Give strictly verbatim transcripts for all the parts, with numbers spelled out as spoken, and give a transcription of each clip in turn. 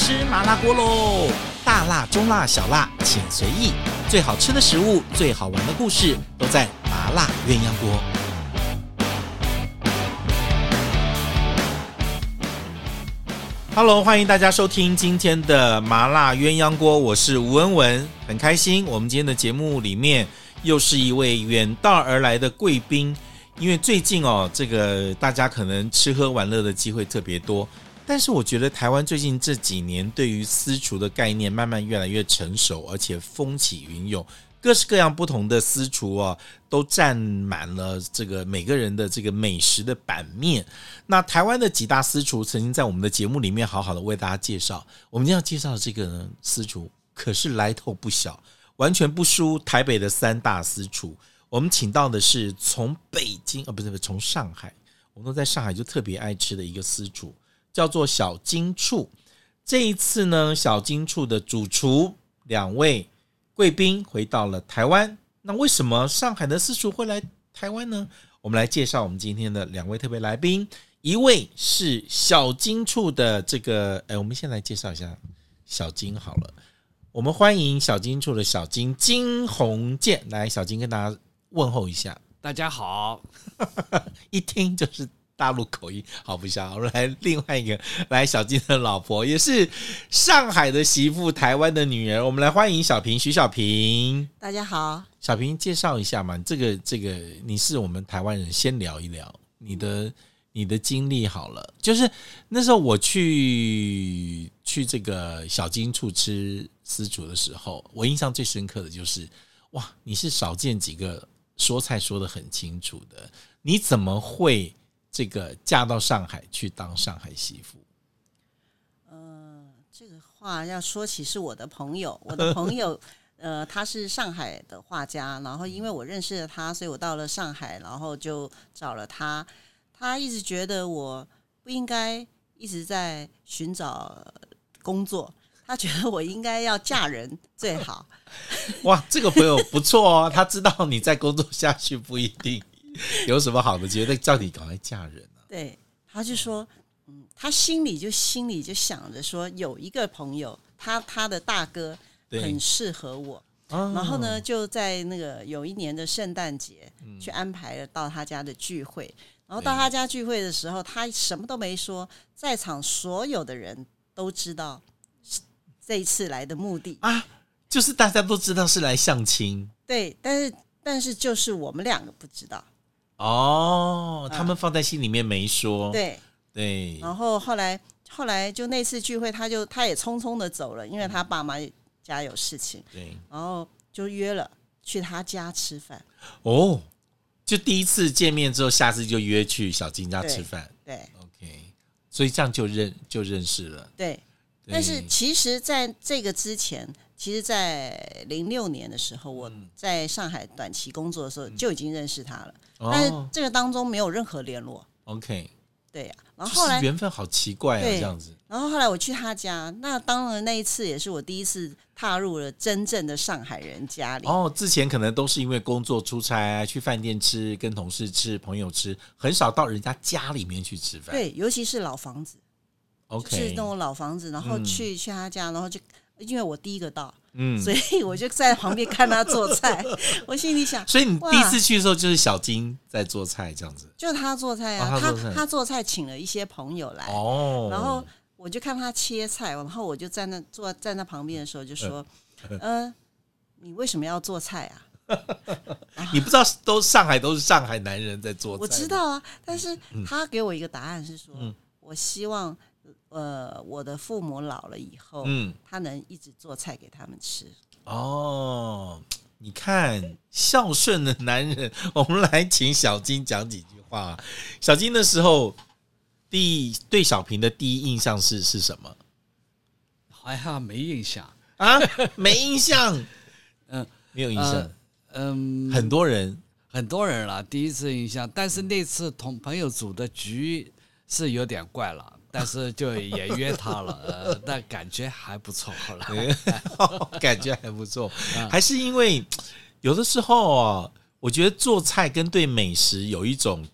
吃麻辣锅喽！大辣、中辣、小辣，请随意。最好吃的食物，最好玩的故事，都在麻辣鸳鸯锅。Hello， 欢迎大家收听今天的麻辣鸳鸯锅，我是吴文文，很开心，我们今天的节目里面又是一位远道而来的贵宾。因为最近哦，这个大家可能吃喝玩乐的机会特别多，但是我觉得台湾最近这几年对于私厨的概念慢慢越来越成熟，而且风起云涌，各式各样不同的私厨哦，都占满了这个每个人的这个美食的版面。那台湾的几大私厨曾经在我们的节目里面好好的为大家介绍，我们今天要介绍的这个呢私厨可是来头不小，完全不输台北的三大私厨。我们请到的是从北京啊，不是不是从上海，我们都在上海就特别爱吃的一个私厨，叫做小金处。这一次呢，小金处的主厨两位贵宾回到了台湾。那为什么上海的私厨会来台湾呢？我们来介绍我们今天的两位特别来宾，一位是小金处的这个，哎，我们先来介绍一下小金好了。我们欢迎小金处的小金金鸿渐，来，小金跟大家问候一下。 大家好。 一听就是大陆口音，好不像。我们来另外一个，来小金的老婆，也是上海的媳妇，台湾的女人，我们来欢迎小平，徐小平。 大家好。 小平介绍一下嘛，这个这个你是我们台湾人，先聊一聊你的你的经历好了。就是那时候我去去这个小金处吃私厨的时候，我印象最深刻的就是哇，你是少见几个说菜说得很清楚的，你怎么会这个嫁到上海去当上海媳妇？ 呃，这个话要说起是我的朋友，我的朋友，呃，他是上海的画家，然后因为我认识了他，所以我到了上海，然后就找了他。他一直觉得我不应该一直在寻找工作。他觉得我应该要嫁人最好。 哇，这个朋友不错哦，他知道你再工作下去不一定有什么好的机会，但叫你赶快嫁人啊。 对，他就说，嗯，他心里就心里就想着说，有一个朋友，他他的大哥很适合我，然后呢，就在那个有一年的圣诞节、嗯、去安排了到他家的聚会，然后到他家聚会的时候，他什么都没说，在场所有的人都知道这一次来的目的啊，就是大家都知道是来相亲。 对，但是但是就是我们两个不知道。 哦，他们放在心里面没说。 嗯、对对。 然后后来后来就那次聚会，他就他也匆匆的走了，因为他爸妈家有事情。 对。 然后就约了去他家吃饭。 哦，就第一次见面之后，下次就约去小金家吃饭。 对。 对 OK， 所以这样就认就认识了。 对。但是其实在这个之前，其实在零六年的时候，我在上海短期工作的时候就已经认识他了、嗯、但是这个当中没有任何联络。 OK， 对呀、啊。然后后来、就是、 缘分好奇怪啊，这样子。 然后后来我去他家，那当然那一次也是我第一次踏入了真正的上海人家里。 哦，之前可能都是因为工作出差，去饭店吃，跟同事吃，朋友吃，很少到人家家里面去吃饭。 对，尤其是老房子。 OK， 就是那种老房子，然后去、嗯、去他家，然后就因为我第一个到， 嗯， 所以我就在旁边看他做菜。我心里想， 所以你第一次去的时候就是小金在做菜这样子， 就他做菜啊，哦、他他, 他做菜请了一些朋友来，哦，然后我就看他切菜，然后我就在那坐在那旁边的时候就说，呃, 呃，你为什么要做菜啊？ 你不知道都上海都是上海男人在做菜， 我知道啊，但是他给我一个答案是说，嗯、我希望。呃，我的父母老了以后，嗯，他能一直做菜给他们吃。 哦，你看孝顺的男人，我们来请小金讲几句话。小金的时候，第一对小平的第一印象是是什么？ 好像没印象啊，没印象，嗯，没有印象， 呃、嗯， 很多人， 很多人了，第一次印象，但是那次同朋友组的局是有点怪了。但是就也约他了，呃，但感觉还不错。后来感觉还不错，还是因为有的时候啊，我觉得做菜跟对美食有一种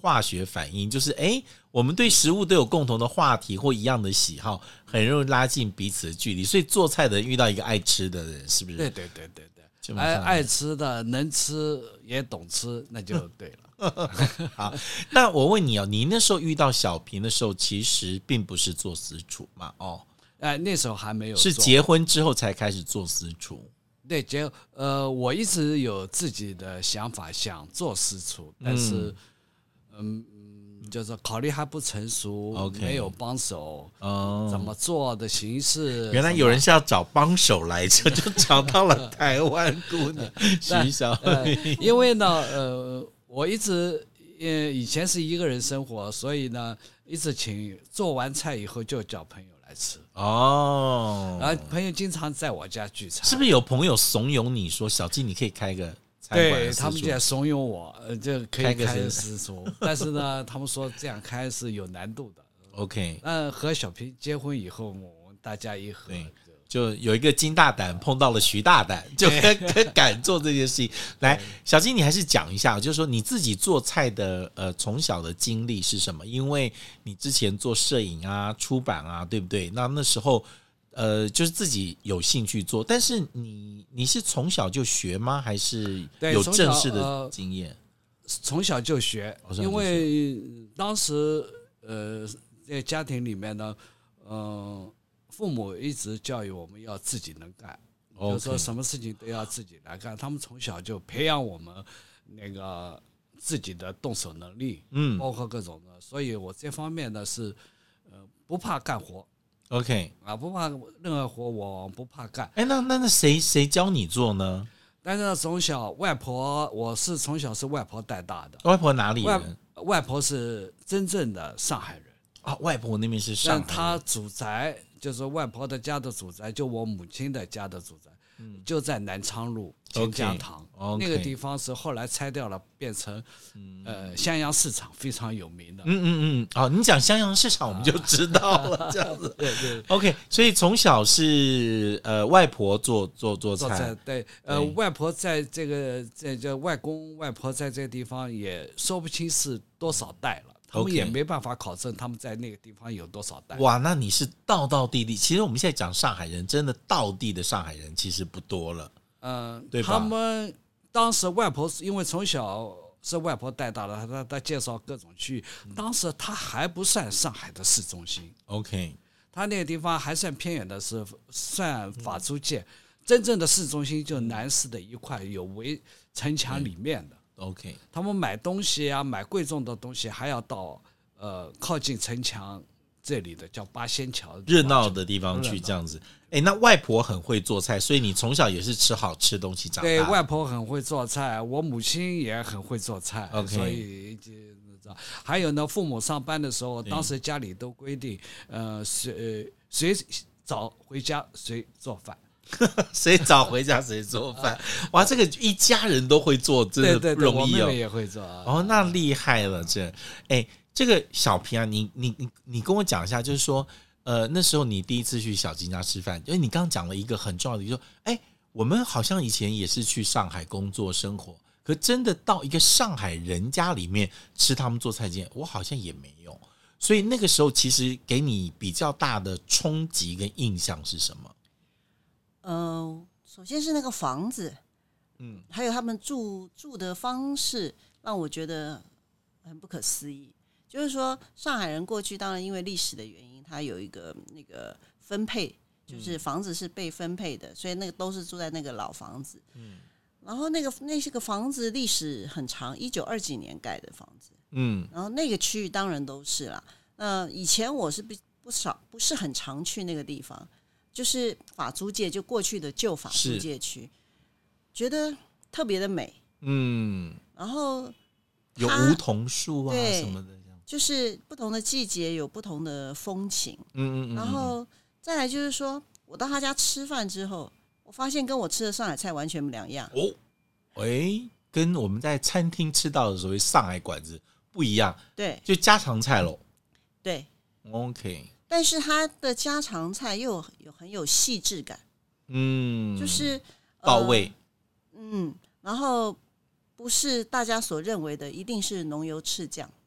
化学反应，就是哎，我们对食物都有共同的话题或一样的喜好，很容易拉近彼此的距离。所以做菜的人遇到一个爱吃的人，是不是？ 对对对对对，爱爱吃的，能吃也懂吃，那就对了。 好，那我问你哦，你那时候遇到小平的时候，其实并不是做私厨嘛？哦， 哎，那时候还没有， 是结婚之后才开始做私厨。 对，结呃，我一直有自己的想法，想做私厨，但是，嗯嗯，就是考虑还不成熟， okay, 没有帮手， 哦， 怎么做的形式？ 原来有人是要找帮手来着，就找到了台湾姑娘徐小平、呃。 因为呢，呃，我一直呃以前是一个人生活，所以呢，一直请做完菜以后就叫朋友来吃。 哦， 然后朋友经常在我家聚餐， 是不是有朋友怂恿你说小金你可以开个餐馆？ 对，他们就在怂恿我，呃，就可以开私厨，但是呢，他们说这样开是有难度的。 OK， 那和小平结婚以后，我们大家一合。 就有一个金大胆碰到了徐大胆，就很敢做这件事情。来，小金，你还是讲一下，就是说你自己做菜的呃从小的经历是什么？因为你之前做摄影啊、出版啊，对不对？那那时候呃就是自己有兴趣做，但是你你是从小就学吗？还是有正式的经验？ 从小就学，因为当时呃在家庭里面呢，嗯、呃。父母一直教育我们要自己能干， okay. 就是说什么事情都要自己来干。他们从小就培养我们那个自己的动手能力，嗯，包括各种的。所以我这方面呢是呃不怕干活 ，OK 啊，不怕任何活，我不怕干。 哎，那那那谁谁教你做呢？ 但是从小外婆，我是从小是外婆带大的。 外婆哪里人？ 外, 外婆是真正的上海人啊，外婆那边是上海人。 但她祖宅。就是外婆的家的祖宅，就我母亲的家的祖宅，嗯、就在南昌路钱家堂、okay, okay, 那个地方是后来拆掉了，变成、嗯、呃襄阳市场非常有名的。 嗯嗯嗯，哦，你讲襄阳市场我们就知道了，啊、这样子。对对 ，OK， 所以从小是呃外婆做做做菜，做菜对，呃外婆在这个在这外公外婆在这个地方也说不清是多少代了。他们也没办法考证他们在那个地方有多少代。 哇，那你是道道地地。其实我们现在讲上海人，真的道地的上海人其实不多了。 嗯、呃， 对吧？ 他们当时外婆因为从小是外婆带大的，他他介绍各种区域。当时他还不算上海的市中心。 OK， 他那个地方还算偏远的，是算法租界。嗯、真正的市中心就南市的一块有围城墙里面的。 OK， 他们买东西啊，买贵重的东西还要到呃靠近城墙这里的叫八仙桥热闹的地方去这样子。哎，那外婆很会做菜，所以你从小也是吃好吃东西长大的。 对，外婆很会做菜，我母亲也很会做菜。 OK， 所以还有呢，父母上班的时候，当时家里都规定，呃，谁谁早回家谁做饭。 谁早回家谁做饭，哇，这个一家人都会做，真的不容易哦。 对对对，我妹妹也会做啊。 哦，那厉害了，这，哎，这个小平啊，你你你你跟我讲一下，就是说，呃，那时候你第一次去小金家吃饭，因为你刚刚讲了一个很重要的，就是说，哎，我们好像以前也是去上海工作生活，可真的到一个上海人家里面吃他们做菜经验，我好像也没有。所以那个时候，其实给你比较大的冲击跟印象是什么？ 呃，首先是那个房子，嗯，还有他们住住的方式，让我觉得很不可思议。就是说，上海人过去当然因为历史的原因，他有一个那个分配，就是房子是被分配的，所以那个都是住在那个老房子。嗯，然后那个那些个房子历史很长，一九二几年盖的房子。嗯，然后那个区域当然都是啦。那以前我是不不少不是很常去那个地方。就是法租界，就过去的旧法租界区，觉得特别的美。嗯，然后有梧桐树啊什么的， 就是不同的季节有不同的风情。嗯嗯嗯。然后再来就是说，我到他家吃饭之后，我发现跟我吃的上海菜完全不两样。 哦，哎，跟我们在餐厅吃到的所谓上海馆子不一样。 对， 就家常菜咯。 对 ，OK。 但是它的家常菜又 有, 有很有细致感，嗯，就是到位、 呃，嗯，然后不是大家所认为的一定是浓油赤酱，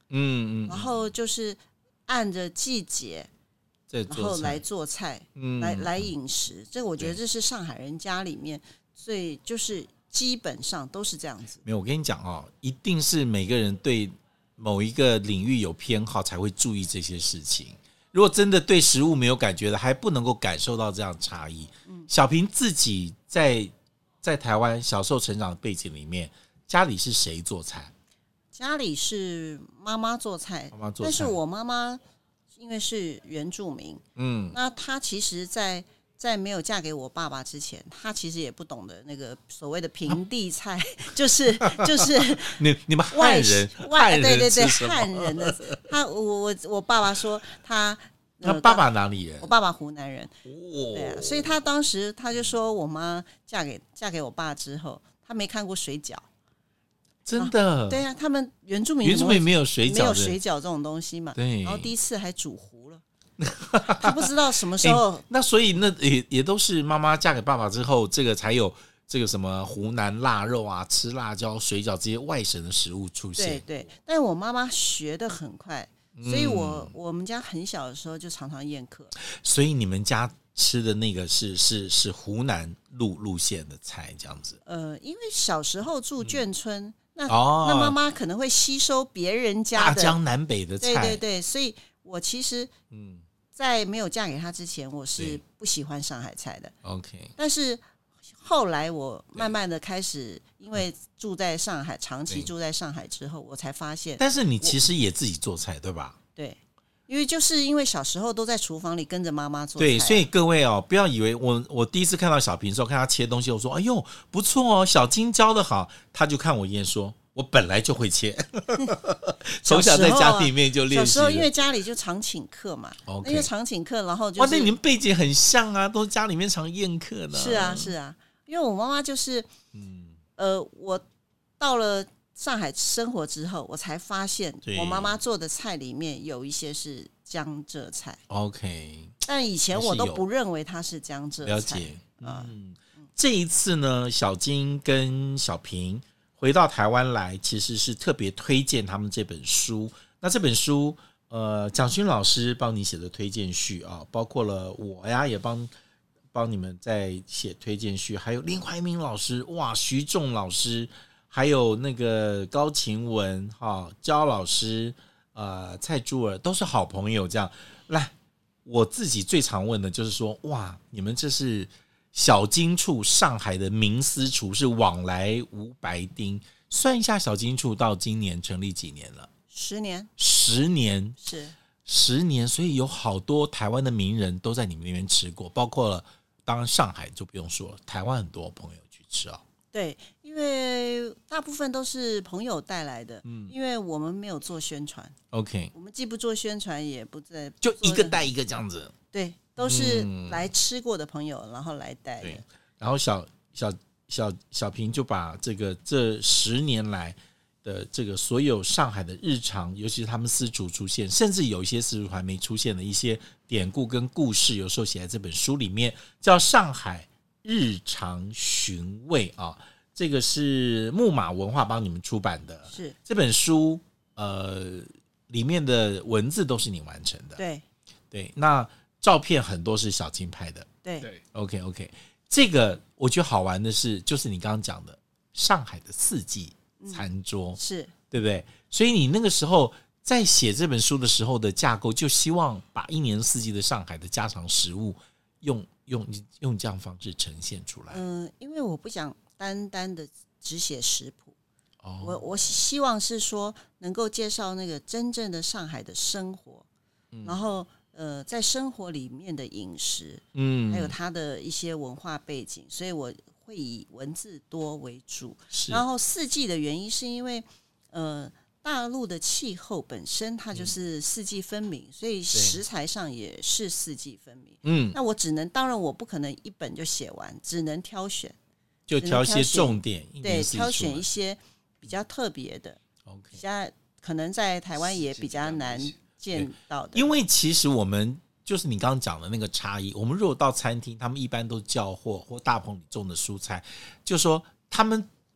嗯嗯， 然后就是按着季节，然后来做菜，嗯、来来饮食。这个我觉得这是上海人家里面最就是基本上都是这样子。 没有，我跟你讲哦，一定是每个人对某一个领域有偏好才会注意这些事情。如果真的对食物没有感觉的，还不能够感受到这样的差异。嗯、小平自己在在台湾小时候成长的背景里面，家里是谁做菜？ 家里是妈妈做菜， 妈妈做菜， 但是我妈妈因为是原住民， 嗯， 那她其实在在没有嫁给我爸爸之前，她其实也不懂得那个所谓的平地菜，就是就是你你们汉人外对对对汉人的，他我我我爸爸说他。 他爸爸哪里人？ 我爸爸湖南人， 哦， 对啊，所以他当时他就说我妈嫁给嫁给我爸之后，他没看过水饺， 真的？ 啊对啊，他们原住民原住民没有水饺， 没有水饺这种东西嘛， 对， 然后第一次还煮糊了，他不知道什么时候。 欸、那所以那也也都是妈妈嫁给爸爸之后，这个才有这个什么湖南腊肉啊、吃辣椒、水饺这些外省的食物出现。 对对，但是我妈妈学得很快。所以我我们家很小的时候就常常宴客， 所以你们家吃的那个是是是湖南路路线的菜这样子。 呃，因为小时候住眷村，嗯、那、哦、那妈妈可能会吸收别人家的大江南北的菜， 对对对，所以我其实嗯，在没有嫁给他之前，我是不喜欢上海菜的。 OK， 但是后来我慢慢的开始，因为住在上海，长期住在上海之后，我才发现。 但是你其实也自己做菜，对吧？ 对，因为就是因为小时候都在厨房里跟着妈妈做菜。 对，所以各位哦，不要以为我我第一次看到小平的时候，看他切东西，我说哎呦不错哦，小金教的好，他就看我一眼说。我本来就会切，从小在家里面就练习。 小时候因为家里就常请客嘛， okay. 因为常请客，然后就是哇，那你们背景很像啊，都是家里面常宴客的。 是啊，是啊，因为我妈妈就是，嗯，呃，我到了上海生活之后，我才发现我妈妈做的菜里面有一些是江浙菜。 OK， 但以前我都不认为它是江浙菜。 了解，嗯，这一次呢，小金跟小平回到台湾来，其实是特别推荐他们这本书。那这本书，呃，蒋勋老师帮你写的推荐序啊，包括了我呀，也帮帮你们在写推荐序，还有林怀民老师，哇，徐仲老师，还有那个高晴雯哈，焦老师，呃，蔡珠儿，都是好朋友。这样来，我自己最常问的就是说，哇，你们这是小金处上海的名私厨，是往来无白丁。算一下，小金处到今年成立几年了？ 十年。 十年是十年，所以有好多台湾的名人都在你们那边吃过，包括了当然上海就不用说了，台湾很多朋友去吃啊。 对，因为大部分都是朋友带来的，嗯，因为我们没有做宣传 ，OK， 我们既不做宣传，也不在， 就一个带一个这样子， 对。都是来吃过的朋友，嗯、然后来带的。 对，然后小小小小平就把这个这十年来的这个所有上海的日常，尤其是他们私厨出现，甚至有一些私厨还没出现的一些典故跟故事，有时候写在这本书里面，叫《上海日常寻味》啊。这个是木马文化帮你们出版的， 是这本书呃里面的文字都是你完成的， 对对，那。照片很多是小金拍的， 对 ，OK OK， 这个我觉得好玩的是，就是你刚刚讲的上海的四季餐桌， 嗯、是对不对？所以你那个时候在写这本书的时候的架构，就希望把一年四季的上海的家常食物用用用这样方式呈现出来。 嗯、呃，因为我不想单单的只写食谱，哦、我我希望是说能够介绍那个真正的上海的生活，嗯、然后。呃，在生活里面的饮食，嗯，还有它的一些文化背景，所以我会以文字多为主。然后四季的原因是因为，呃，大陆的气候本身它就是四季分明，嗯、所以食材上也是四季分明。嗯，那我只能，当然我不可能一本就写完，只能挑选， 就挑一些重点， 对，挑选一些比较特别的， OK， 比较可能在台湾也比较难。见到的， 因为其实我们就是你刚刚讲的那个差异，我们如果到餐厅，他们一般都叫货或大棚里种的蔬菜，就说他们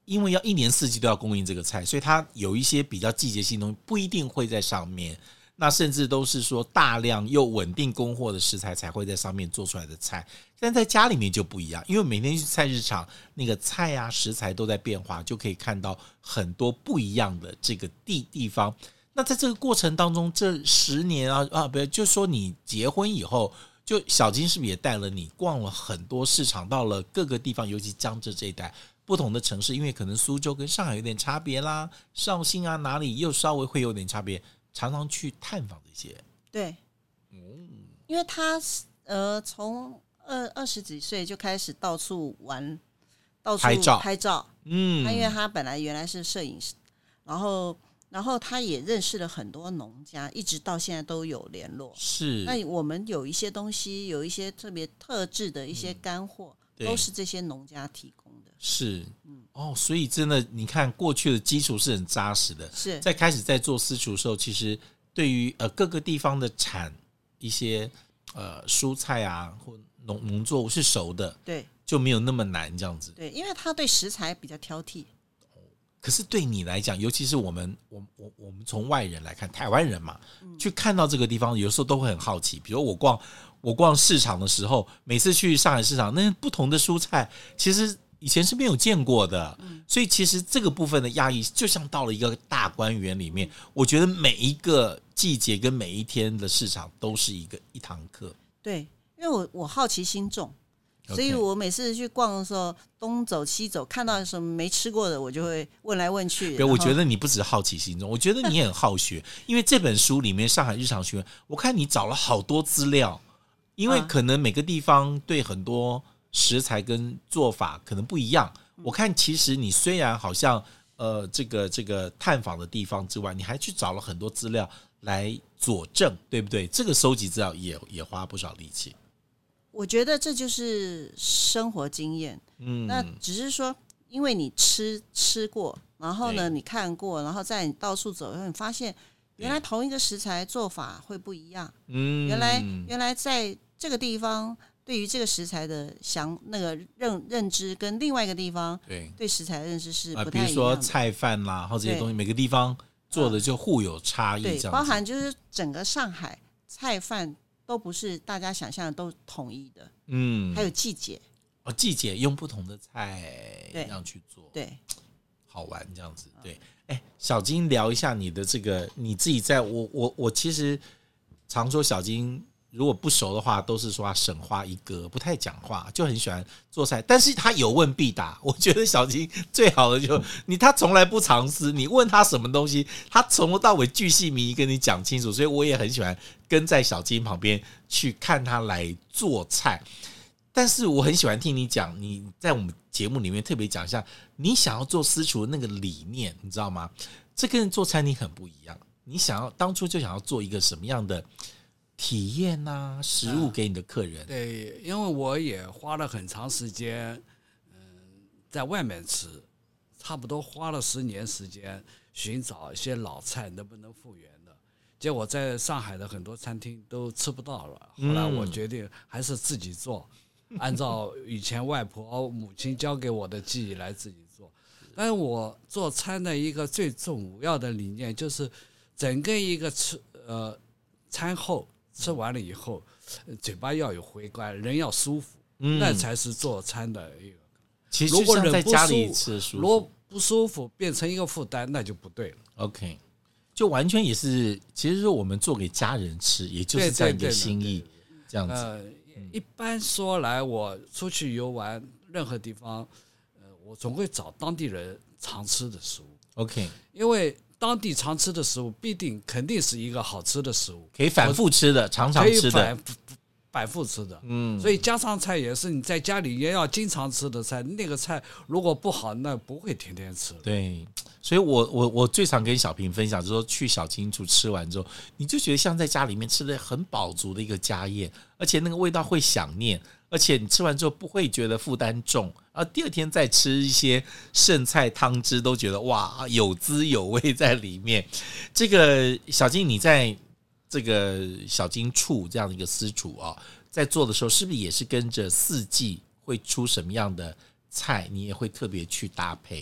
因为要一年四季都要供应这个菜，所以它有一些比较季节性的东西不一定会在上面，那甚至都是说大量又稳定供货的食材才会在上面做出来的菜。但在家里面就不一样，因为每天去菜市场，那个菜啊食材都在变化，就可以看到很多不一样的这个地地方。那在这个过程当中，这十年啊啊，不就说你结婚以后，就小金是不是也带了你逛了很多市场，到了各个地方，尤其江浙这一带不同的城市，因为可能苏州跟上海有点差别啦，绍兴啊哪里又稍微会有点差别，常常去探访这些。 对，嗯，因为他呃从二二十几岁就开始到处玩，到处拍照拍照， 嗯， 他因为他本来原来是摄影师，然后然后他也认识了很多农家，一直到现在都有联络。 是， 那我们有一些东西，有一些特别特制的一些干货，嗯、都是这些农家提供的。 是，嗯，哦，所以真的，你看过去的基础是很扎实的。 是在开始在做私厨的时候，其实对于呃各个地方的产一些呃蔬菜啊或农农作物是熟的， 对， 就没有那么难这样子。 对，因为他对食材比较挑剔。 可是对你来讲，尤其是我们我我我们从外人来看，台湾人嘛，嗯、去看到这个地方，有时候都会很好奇。比如我逛我逛市场的时候，每次去上海市场，那不同的蔬菜，其实以前是没有见过的，嗯、所以其实这个部分的压抑，就像到了一个大观园里面，我觉得每一个季节跟每一天的市场都是一个一堂课。 对，因为我我好奇心重。所以我每次去逛的时候，东走西走，看到什么没吃过的，我就会问来问去。 对，我觉得你不止好奇心重，我觉得你很好学。因为这本书里面《上海日常学》，我看你找了好多资料，因为可能每个地方对很多食材跟做法可能不一样。我看其实你虽然好像呃这个这个探访的地方之外，你还去找了很多资料来佐证，对不对？这个收集资料也也花不少力气。 我觉得这就是生活经验，嗯，那只是说，因为你吃吃过，然后呢，你看过，然后在你到处走，你发现原来同一个食材做法会不一样，嗯，原来原来在这个地方对于这个食材的想那个认认知，跟另外一个地方对对食材的认知是不太一样的。啊、比如说菜饭啦，或者这些东西，每个地方做的就互有差异，这样子。 对，包含就是整个上海菜饭。都不是大家想象的都统一的，嗯，还有季节， 哦，季节用不同的菜这样去做， 对， 好玩这样子，对，哎，小金聊一下你的这个，你自己在我我我其实常说小金如果不熟的话，都是说他神话一哥，不太讲话，就很喜欢做菜，但是他有问必答。我觉得小金最好的就你，他从来不藏私，你问他什么东西，他从头到尾巨细靡遗跟你讲清楚，所以我也很喜欢跟在小金旁边去看他来做菜。但是我很喜欢听你讲，你在我们节目里面特别讲一下你想要做私厨的那个理念，你知道吗？这跟做餐厅很不一样。你想要当初就想要做一个什么样的体验啊，食物给你的客人、 啊、对，因为我也花了很长时间嗯，在外面吃，差不多花了十年时间寻找一些老菜能不能复原的，结果在上海的很多餐厅都吃不到了，后来我决定还是自己做、嗯、按照以前外婆母亲教给我的技艺来自己做。但是我做餐的一个最重要的理念就是整个一个吃呃餐后吃完了以后，嘴巴要有回甘，人要舒服、嗯，那才是做餐的一个。 其实就像在家里吃舒服， 如果不舒服变成一个负担，那就不对了。 OK， 就完全也是，其实说我们做给家人吃，也就是这样一个心意，这样子。 呃，一般说来，我出去游玩，任何地方，呃，我总会找当地人常吃的食物。 OK， 因为当地常吃的食物必定肯定是一个好吃的食物， 可以反复吃的，常常吃的， 可以反反复吃的。嗯，所以家常菜也是你在家里也要经常吃的菜。那个菜如果不好，那不会天天吃。 对，所以我我我最常跟小平分享，就是说去小金厨吃完之后，你就觉得像在家里面吃的很饱足的一个家宴，而且那个味道会想念。而且你吃完之后不会觉得负担重，而第二天再吃一些剩菜汤汁都觉得哇有滋有味在里面。这个小金你在这个小金厨这样的一个私厨啊，在做的时候是不是也是跟着四季会出什么样的菜，你也会特别去搭配？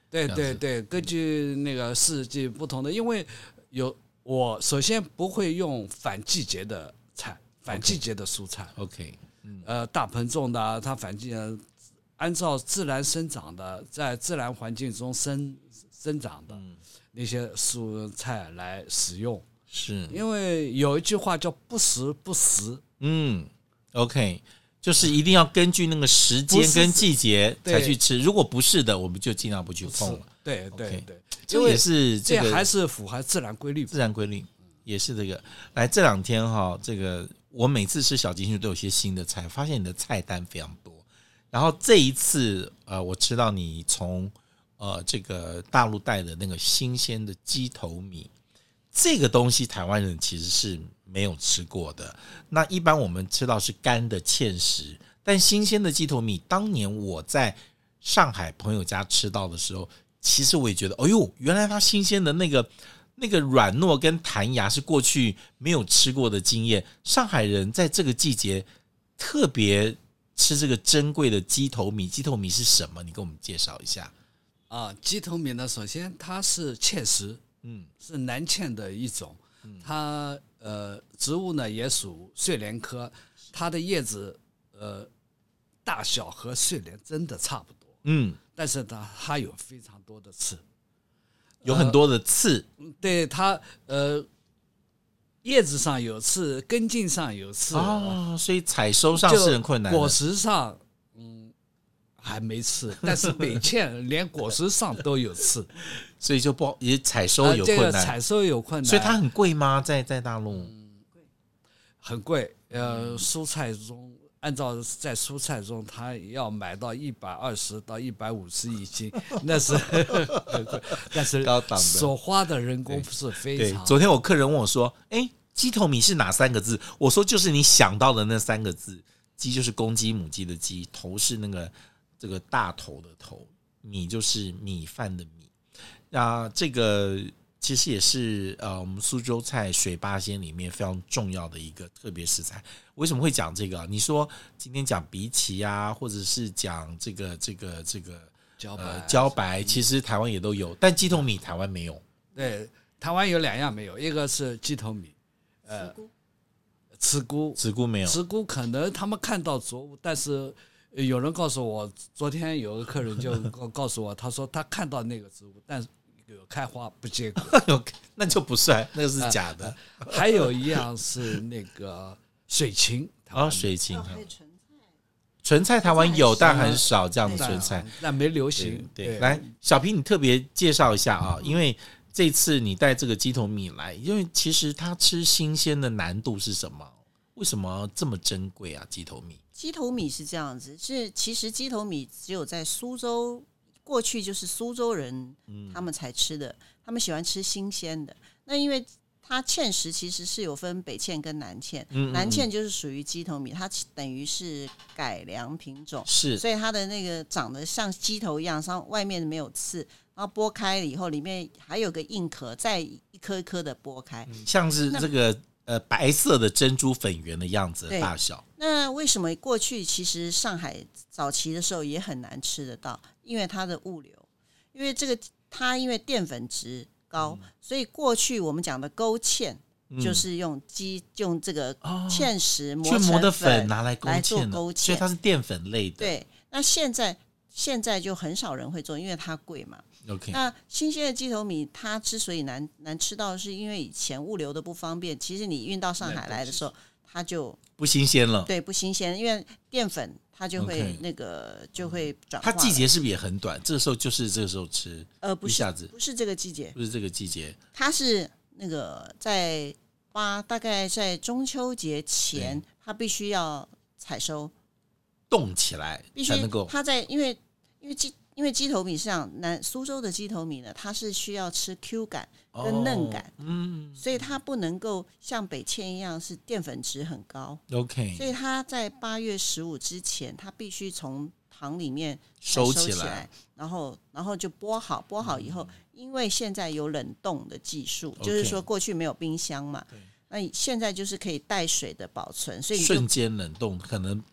对对对，根据那个四季不同的，因为有我首先不会用反季节的菜，反季节的蔬菜。 OK， 嗯， 呃，大棚种的，它反季节按照自然生长的，在自然环境中生生长的那些蔬菜来使用。 是因为有一句话叫不时不食。 嗯 ，OK。就是一定要根据那个时间跟季节才去吃，如果不是的，我们就尽量不去碰了。 对对对， 这也是这个， 这还是符合自然规律。 自然规律也是这个。来，这两天哈，这个我每次吃小金鱼都有些新的菜，发现你的菜单非常多。然后这一次，呃，我吃到你从呃这个大陆带的那个新鲜的鸡头米，这个东西台湾人其实是没有吃过的。那一般我们吃到是干的芡实，但新鲜的鸡头米，当年我在上海朋友家吃到的时候，其实我也觉得，哎呦，原来它新鲜的那个那个软糯跟弹牙是过去没有吃过的经验。上海人在这个季节特别吃这个珍贵的鸡头米，鸡头米是什么？你给我们介绍一下。 啊，鸡头米呢，首先它是芡实，嗯，是南芡的一种，它呃植物呢也属睡莲科，它的叶子呃大小和睡莲真的差不多，嗯，但是它它有非常多的刺， 有很多的刺， 呃、对它呃叶子上有刺，根茎上有刺， 哦，所以采收上是很困难的。 果实上嗯还没刺，但是北芡连果实上都有刺。 所以就不也采收有困难，呃这个、 采收有困难， 所以它很贵吗？在在大陆、嗯， 很贵。呃，蔬菜中按照在蔬菜中，它要买到一百二十到一百五十一斤，那是很贵。但是高档的， 所花的人工是非常。 昨天我客人问我说：“哎，鸡头米是哪三个字？”我说：“就是你想到的那三个字。鸡就是公鸡、母鸡的鸡，头是那个这个大头的头，米就是米饭的米。”那这个其实也是呃我们苏州菜水八鲜里面非常重要的一个特别食材。为什么会讲这个？你说今天讲荸荠啊，或者是讲这个这个这个茭白、 呃、茭白，其实台湾也都有，但鸡头米台湾没有。 对，台湾有两样没有，一个是鸡头米，呃，慈菇， 慈菇没有， 慈菇可能他们看到作物，但是。有人告诉我，昨天有个客人就告诉我，他说他看到那个植物，但是有开花不结果， 那就不算，那个是假的。 呃、还有一样是那个水芹， 哦，水芹，纯菜台湾有，但很少这样的纯菜， 但没流行。 对，对对来，小平你特别介绍一下啊，因为这次你带这个鸡头米来，因为其实它吃新鲜的难度是什么？为什么这么珍贵啊？鸡头米？ 鸡头米是这样子，是其实鸡头米只有在苏州，过去就是苏州人他们才吃的，嗯、他们喜欢吃新鲜的。那因为它芡实其实是有分北芡跟南芡，嗯嗯嗯南芡就是属于鸡头米，它等于是改良品种， 是， 所以它的那个长得像鸡头一样，上外面没有刺，然后剥开了以后，里面还有个硬壳，再一颗一颗的剥开， 嗯、像是这个。呃，白色的珍珠粉圆的样子的大小。 那为什么过去其实上海早期的时候也很难吃得到？因为它的物流，因为这个它因为淀粉质高，嗯、所以过去我们讲的勾芡、嗯、就是用鸡用这个芡实磨成粉、 磨的粉拿来勾芡， 来做勾芡， 所以它是淀粉类的。 对，那现在现在就很少人会做，因为它贵嘛。 Okay. 那新鲜的鸡头米它之所以难难吃到，是因为以前物流的不方便，其实你运到上海来的时候它就不新鲜了， 对，不新鲜，因为淀粉它就会那个、okay. 就会转化。 它季节是不是也很短？这个时候就是这个时候吃， 呃，不是， 一下子不是这个季节， 不是这个季节， 它是那个在八大概在中秋节前，它必须要采收， 冻起来才能够。 它在因为因为鸡。因为鸡头米是这样，南苏州的鸡头米呢，它是需要吃 Q 感跟嫩感，哦嗯、所以它不能够像北芡一样是淀粉质很高。 OK， 所以它在八月十五之前，它必须从糖里面收起来， 起来然后然后就剥好，剥好以后，嗯、因为现在有冷冻的技术， okay, 就是说过去没有冰箱嘛，那现在就是可以带水的保存，所以瞬间冷冻，可能有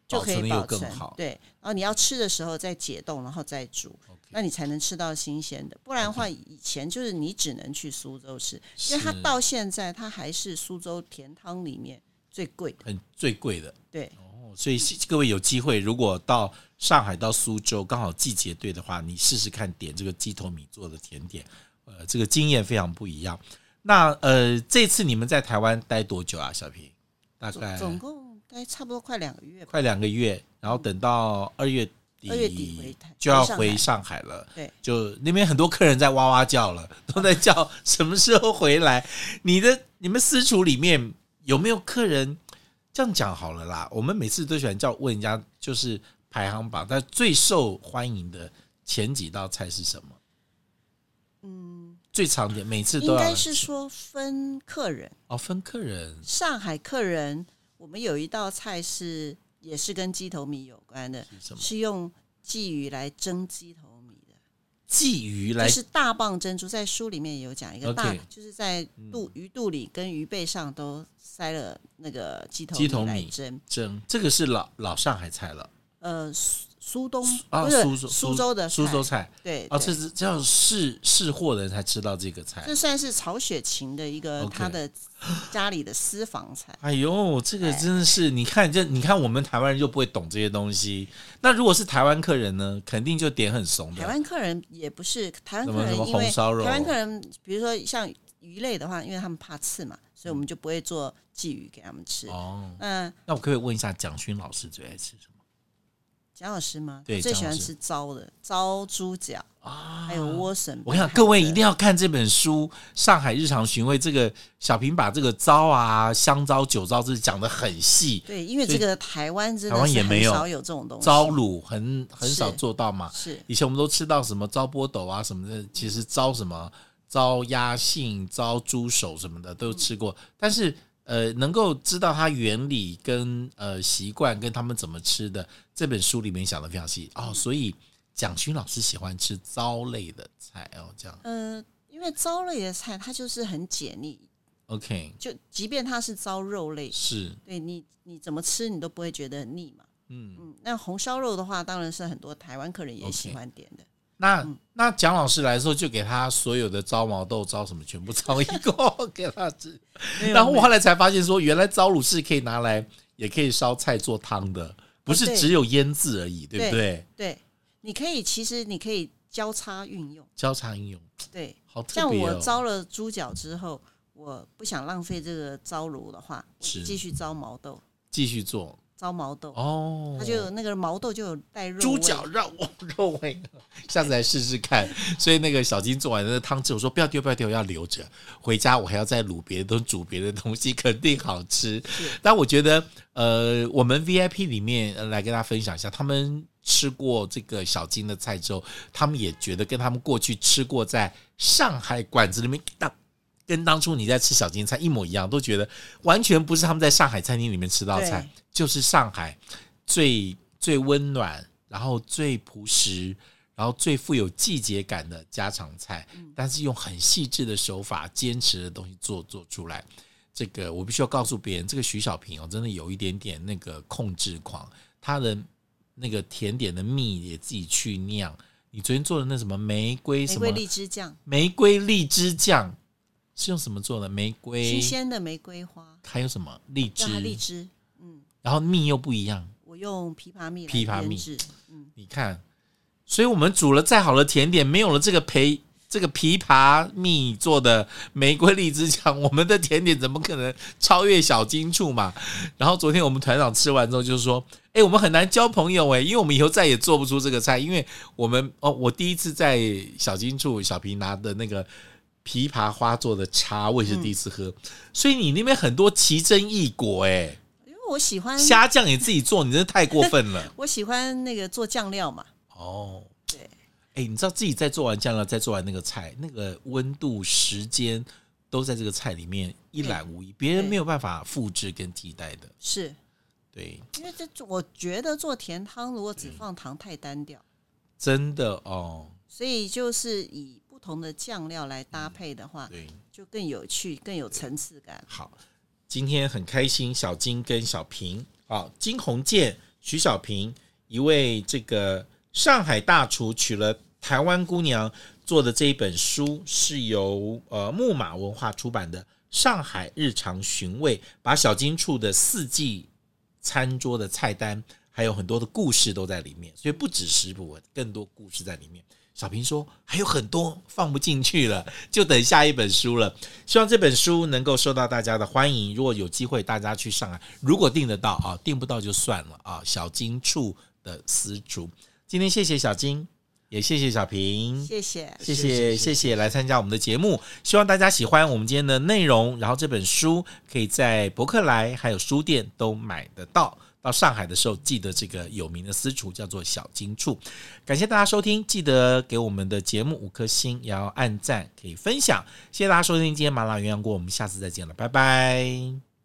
就可以保存更好。 对，然后你要吃的时候再解冻，然后再煮， okay, 那你才能吃到新鲜的。不然的话， okay, 以前就是你只能去苏州吃，因为它到现在它还是苏州甜汤里面最贵的， 很最贵的。 对， 哦，所以各位有机会，如果到上海到苏州刚好季节对的话，你试试看点这个鸡头米做的甜点，呃，这个经验非常不一样。那呃，这次你们在台湾待多久啊，小平？大概总共待差不多快两个月吧， 快两个月，然后等到二月底， 二月底回台就要回上海了。 对， 就那边很多客人在哇哇叫了，都在叫什么时候回来。你的你们私厨里面有没有客人？这样讲好了啦，我们每次都喜欢叫问人家，就是排行榜，但最受欢迎的前几道菜是什么？嗯，最常见，每次都要应该是说分客人哦，分客人。 上海客人，我们有一道菜是也是跟鸡头米有关的，是, 是用鲫鱼来蒸鸡头米的。 鲫鱼来就是大棒珍珠，在书里面有讲一个大， okay, 就是在肚鱼肚里跟鱼背上都塞了那个鸡头鸡头米来蒸蒸，这个是老老上海菜了。 呃，苏东啊， 不是苏州苏州的菜苏州菜， 对啊，这是这样是是货的人才知道这个菜， 这算是曹雪芹的一个 okay, 他的家里的私房菜。 哎呦，这个真的是，你看这，你看我们台湾人就不会懂这些东西。那如果是台湾客人呢，肯定就点很怂的。 台湾客人也不是台湾客人， 什么什么因为红烧肉， 台湾客人，比如说像鱼类的话，因为他们怕刺嘛，所以我们就不会做鲫鱼给他们吃。 哦， 嗯， 那我可不可以问一下蒋勋老师最爱吃什么？ 蒋老师吗？ 对， 最喜欢吃糟的糟猪脚啊，还有莴笋。 我跟你讲，各位一定要看这本书《上海日常寻味》，这个小平把这个糟啊、香糟、酒糟这讲得很细。 对，因为这个台湾真的台湾也没有很少有这种东西， 糟卤很很少做到嘛。 是， 以前我们都吃到什么糟波斗啊什么的，其实糟什么糟鸭杏、糟猪手什么的都吃过，但是。呃，能够知道它原理跟呃习惯跟他们怎么吃的，这本书里面讲的非常细哦。所以蒋勋老师喜欢吃糟类的菜哦，这样。 呃，因为糟类的菜它就是很解腻。 OK， 就即便它是糟肉类， 是对你你怎么吃你都不会觉得很腻嘛。嗯嗯，那红烧肉的话，当然是很多台湾客人也喜欢点的。Okay. 那、嗯、那蒋老师来的时候，就给他所有的糟毛豆、糟什么全部糟一锅给他吃。然后我后来才发现说，原来糟卤是可以拿来，也可以烧菜做汤的，不是只有腌制而已，哦、对, 对不对？ 对，你可以其实你可以交叉运用， 交叉运用。 对， 好特别哦。 像我糟了猪脚之后，我不想浪费这个糟卤的话，是继续糟毛豆， 继续做。 糟毛豆哦， 它就有那个毛豆就有带肉味， 猪脚肉肉味，下次来试试看。所以那个小金做完那个汤汁，我说不要丢不要丢，要留着回家，我还要再卤别的东西，煮别的东西，肯定好吃。但我觉得呃，我们 V I P 里面、呃、来跟大家分享一下，他们吃过这个小金的菜之后，他们也觉得跟他们过去吃过在上海馆子里面跟当初你在吃小金菜一模一样，都觉得完全不是他们在上海餐厅里面吃到菜，就是上海最最温暖，然后最朴实，然后最富有季节感的家常菜，但是用很细致的手法，坚持的东西做做出来。这个我必须要告诉别人，这个徐小平哦，真的有一点点那个控制狂，他的那个甜点的蜜也自己去酿。你昨天做的那什么玫瑰什么玫瑰荔枝酱， 玫瑰荔枝酱。是用什么做的？玫瑰新鲜的玫瑰花， 还有什么荔枝？ 荔枝，嗯， 然后蜜又不一样。 我用枇杷蜜来枇杷蜜， 嗯， 你看，所以我们煮了再好的甜点，没有了这个培这个枇杷蜜做的玫瑰荔枝酱，我们的甜点怎么可能超越小金醋嘛？然后昨天我们团长吃完之后就说：“哎，我们很难交朋友哎，因为我们以后再也做不出这个菜，因为我们哦，我第一次在小金醋小平拿的那个。”枇杷花做的茶我也是第一次喝、嗯、所以你那边很多奇珍异果哎， 因为我喜欢虾酱也自己做，你真的太过分了。 我喜欢那个做酱料嘛。 哦， 对， 哎，你知道自己在做完酱料再做完那个菜，那个温度时间都在这个菜里面一览无遗，别人没有办法复制跟替代的。 是， 对， 因为这我觉得做甜汤如果只放糖太单调， 真的哦， 所以就是以不同的酱料来搭配的话， 对，就更有趣，更有层次感。 好，今天很开心，小金跟小平，好，金鸿渐徐小平，一位这个上海大厨娶了台湾姑娘做的这一本书，是由呃木马文化出版的《上海日常寻味》，把小金处的四季餐桌的菜单还有很多的故事都在里面，所以不止食谱，更多故事在里面。小平说还有很多放不进去了，就等下一本书了。希望这本书能够受到大家的欢迎，如果有机会大家去上海，如果订得到啊，订不到就算了啊。小金处的私厨，今天谢谢小金，也谢谢小平， 谢谢谢谢谢谢来参加我们的节目，希望大家喜欢我们今天的内容，然后这本书可以在博客来还有书店都买得到。到上海的时候记得这个有名的私厨叫做小金处。感谢大家收听，记得给我们的节目五颗星，也要按赞可以分享，谢谢大家收听今天麻辣鸳鸯锅，我们下次再见了，拜拜。